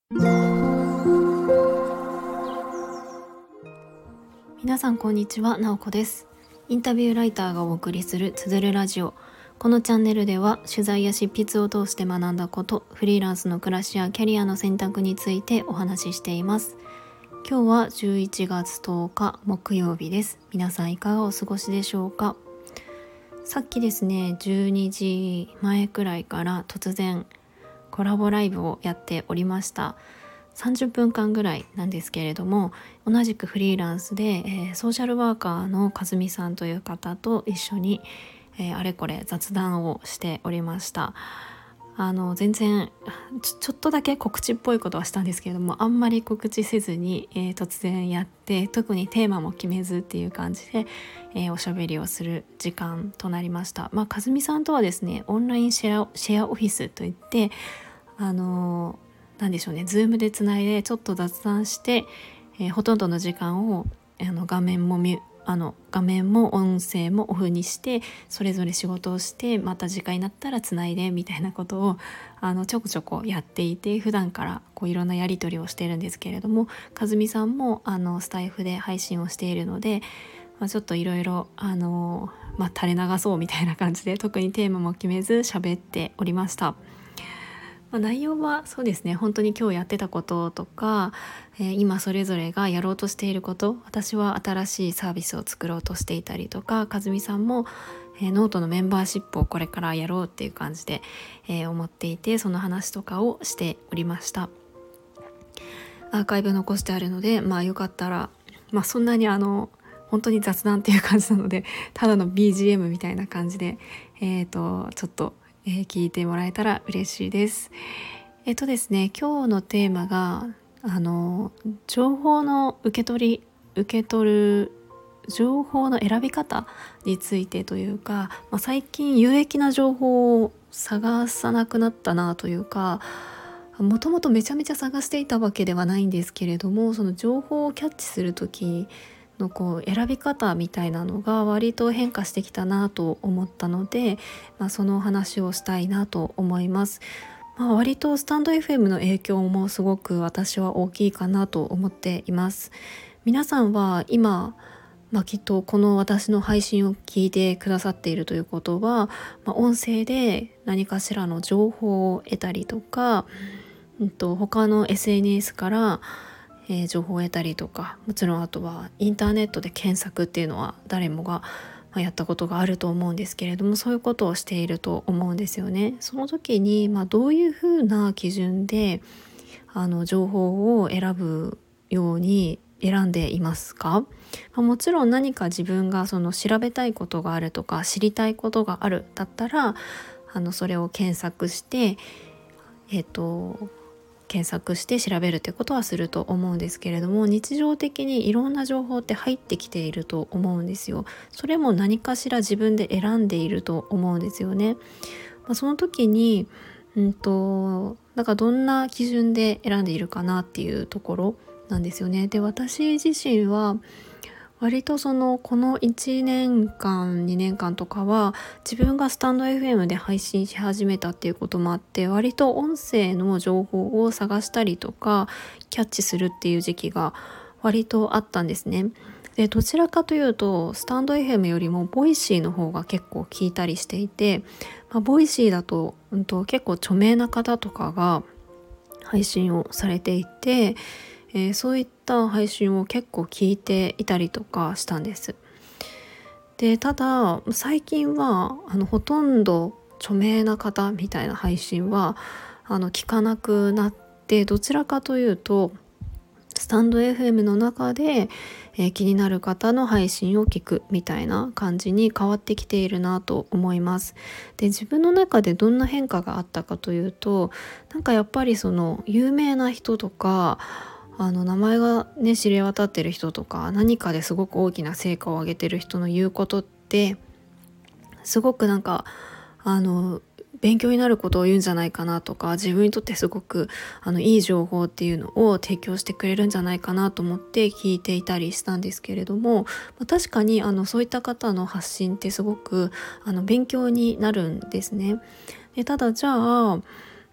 皆さんこんにちは、なおこです。インタビューライターがお送りするつづるラジオ。このチャンネルでは取材や執筆を通して学んだこと、フリーランスの暮らしやキャリアの選択についてお話ししています。今日は11月10日木曜日です。皆さんいかがお過ごしでしょうか。さっきですね、12時前くらいから突然コラボライブをやっておりました。30分間ぐらいなんですけれども、同じくフリーランスで、ソーシャルワーカーのかずみさんという方と一緒に、あれこれ雑談をしておりました。全然ちょっとだけ告知っぽいことはしたんですけれども、あんまり告知せずに、突然やって、特にテーマも決めずっていう感じで、おしゃべりをする時間となりました。かずみさんとはですね、オンラインシェアオフィスといって、なんでしょうね、ズームでつないでちょっと雑談して、ほとんどの時間を画面も音声もオフにしてそれぞれ仕事をして、また時間になったらつないでみたいなことをちょこちょこやっていて、普段からいろんなやり取りをしているんですけれども、かずみさんもスタイフで配信をしているので、ちょっといろいろ垂れ流そうみたいな感じで、特にテーマも決めず喋っておりました。内容はそうですね、本当に今日やってたこととか、今それぞれがやろうとしていること、私は新しいサービスを作ろうとしていたりとか、かずみさんも、ノートのメンバーシップをこれからやろうっていう感じで、思っていて、その話とかをしておりました。アーカイブ残してあるので、よかったら、そんなに本当に雑談っていう感じなので、ただの BGM みたいな感じで、ちょっと聞いてもらえたら嬉しいです。ですね、今日のテーマが情報の受け取る情報の選び方についてというか、最近有益な情報を探さなくなったなというか、もともとめちゃめちゃ探していたわけではないんですけれども、その情報をキャッチする時の選び方みたいなのが割と変化してきたなと思ったので、そのお話をしたいなと思います。割とスタンド FM の影響もすごく私は大きいかなと思っています。皆さんは今、きっとこの私の配信を聞いてくださっているということは、音声で何かしらの情報を得たりとか、他の SNS から情報を得たりとか、もちろんあとはインターネットで検索っていうのは誰もがやったことがあると思うんですけれども、そういうことをしていると思うんですよね。その時にどういうふうな基準で情報を選ぶように選んでいますか？もちろん何か自分が調べたいことがあるとか知りたいことがあるだったらそれを検索して調べるってことはすると思うんですけれども、日常的にいろんな情報って入ってきていると思うんですよ。それも何かしら自分で選んでいると思うんですよね。その時になんかどんな基準で選んでいるかなっていうところなんですよね。で、私自身は割とこの1年間2年間とかは自分がスタンド FM で配信し始めたっていうこともあって、割と音声の情報を探したりとかキャッチするっていう時期が割とあったんですね。で、どちらかというとスタンド FM よりもボイシーの方が結構聞いたりしていて、ボイシーだと、結構著名な方とかが配信をされていて、そういった配信を結構聞いていたりとかしたんです。で、ただ最近はほとんど著名な方みたいな配信は聞かなくなって、どちらかというとスタンド FM の中で、気になる方の配信を聞くみたいな感じに変わってきているなと思います。で、自分の中でどんな変化があったかというと、なんかやっぱり有名な人とか名前がね知れ渡ってる人とか、何かですごく大きな成果を上げてる人の言うことってすごくなんか勉強になることを言うんじゃないかなとか、自分にとってすごくいい情報っていうのを提供してくれるんじゃないかなと思って聞いていたりしたんですけれども、確かにそういった方の発信ってすごく勉強になるんですね。で、ただじゃあ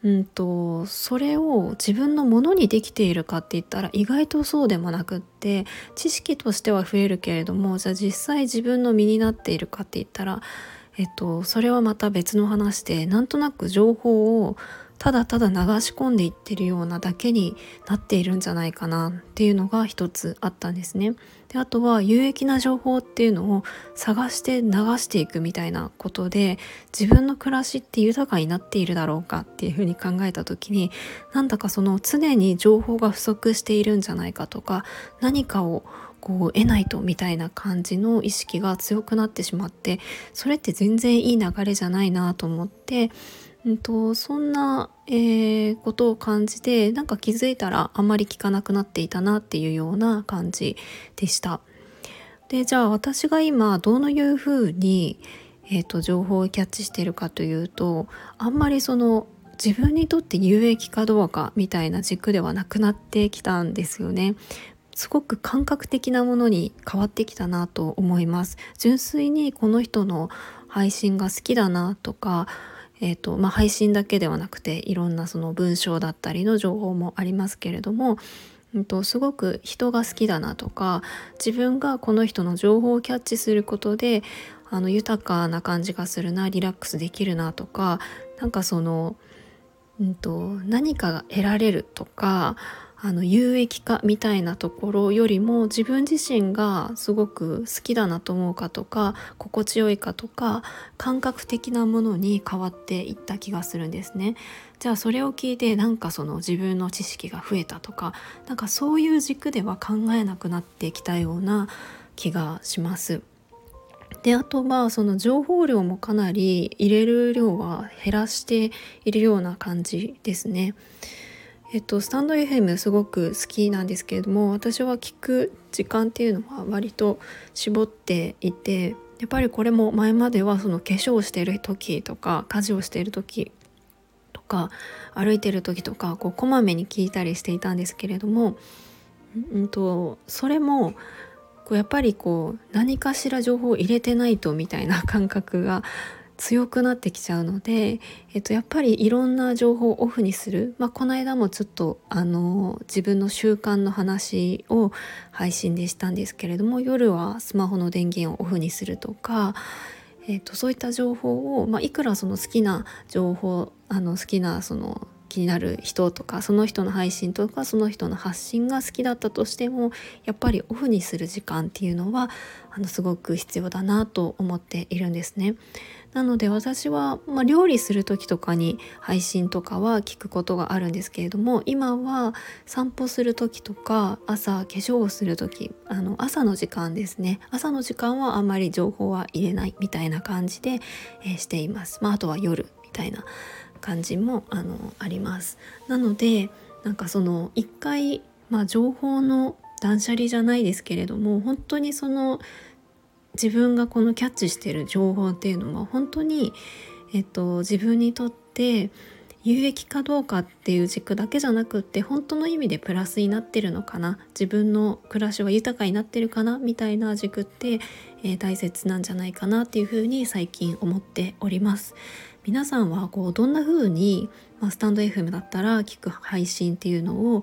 それを自分のものにできているかって言ったら意外とそうでもなくって、知識としては増えるけれども、じゃあ実際自分の身になっているかって言ったら、それはまた別の話で、なんとなく情報をただただ流し込んでいってるようなだけになっているんじゃないかなっていうのが一つあったんですね。で、あとは有益な情報っていうのを探して流していくみたいなことで、自分の暮らしって豊かになっているだろうかっていうふうに考えた時に、なんだかその常に情報が不足しているんじゃないかとか、何かをこう得ないとみたいな感じの意識が強くなってしまって、それって全然いい流れじゃないなと思って、そんな、ことを感じて、なんか気づいたらあんまり聞かなくなっていたなっていうような感じでした。で、じゃあ私が今どういうふうに、情報をキャッチしているかというと、あんまりその自分にとって有益かどうかみたいな軸ではなくなってきたんですよね。すごく感覚的なものに変わってきたなと思います。純粋にこの人の配信が好きだなとか、配信だけではなくていろんなその文章だったりの情報もありますけれども、すごく人が好きだなとか、自分がこの人の情報をキャッチすることで豊かな感じがするな、リラックスできるなとか、なんかその、何かが得られるとか、有益化みたいなところよりも、自分自身がすごく好きだなと思うかとか、心地よいかとか、感覚的なものに変わっていった気がするんですね。じゃあそれを聞いて、なんかその自分の知識が増えたとか、なんかそういう軸では考えなくなってきたような気がします。で、あとはその情報量もかなり入れる量は減らしているような感じですね。スタンド FM すごく好きなんですけれども、私は聞く時間っていうのは割と絞っていて、やっぱりこれも前まではその化粧をしている時とか、家事をしている時とか、歩いている時とか、こまめに聞いたりしていたんですけれども、それもやっぱり何かしら情報を入れてないとみたいな感覚が強くなってきちゃうので、やっぱりいろんな情報をオフにする、この間もちょっと自分の習慣の話を配信でしたんですけれども、夜はスマホの電源をオフにするとか、そういった情報を、いくらその好きな情報、好きなその気になる人とか、その人の配信とかその人の発信が好きだったとしても、やっぱりオフにする時間っていうのはすごく必要だなと思っているんですね。なので私は、料理する時とかに配信とかは聞くことがあるんですけれども、今は散歩する時とか、朝化粧をする時、朝の時間ですね。朝の時間はあんまり情報は入れないみたいな感じで、しています。あとは夜みたいな感じもあります。なので、なんかその一回、情報の断捨離じゃないですけれども、本当にその自分がこのキャッチしている情報っていうのは本当に、自分にとって有益かどうかっていう軸だけじゃなくって、本当の意味でプラスになってるのかな、自分の暮らしは豊かになってるかなみたいな軸って、大切なんじゃないかなっていうふうに最近思っております。皆さんはどんな風に、スタンド FM だったら聞く配信っていうのを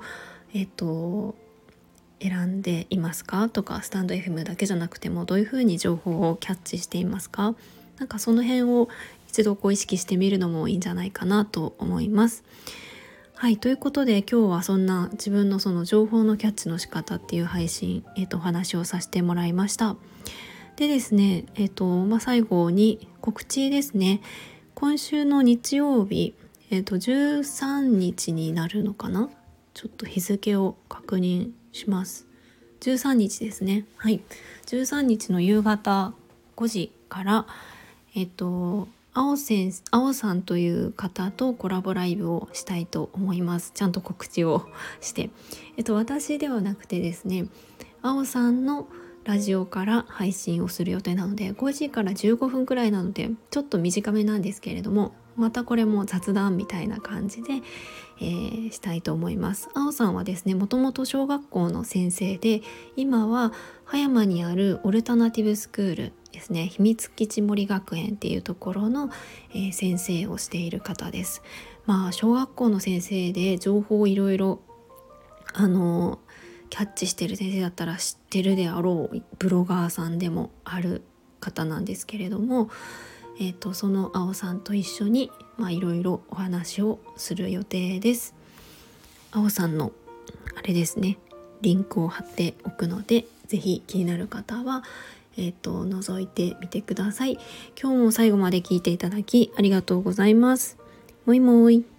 選んでいますかとか、スタンド FM だけじゃなくてもどういう風に情報をキャッチしていますか。なんかその辺を一度意識してみるのもいいんじゃないかなと思います。はい、ということで今日はそんな自分のその情報のキャッチの仕方っていう配信、お話をさせてもらいました。でですね、最後に告知ですね。今週の日曜日、13日になるのかな、ちょっと日付を確認します。13日ですね。はい。13日の夕方5時から、青さんという方とコラボライブをしたいと思います。ちゃんと告知をして。私ではなくてですね、青さんのラジオから配信をする予定なので、5時から15分くらいなので、ちょっと短めなんですけれども、またこれも雑談みたいな感じで、したいと思います。青さんはですね、もともと小学校の先生で、今は葉山にあるオルタナティブスクールですね、秘密基地森学園っていうところの、先生をしている方です。小学校の先生で情報をいろいろキャッチしてる先生だったら知ってるであろうブロガーさんでもある方なんですけれども、その青さんと一緒にいろいろお話をする予定です。青さんのあれですね、リンクを貼っておくので、ぜひ気になる方は覗いてみてください。今日も最後まで聞いていただきありがとうございます。もいもい。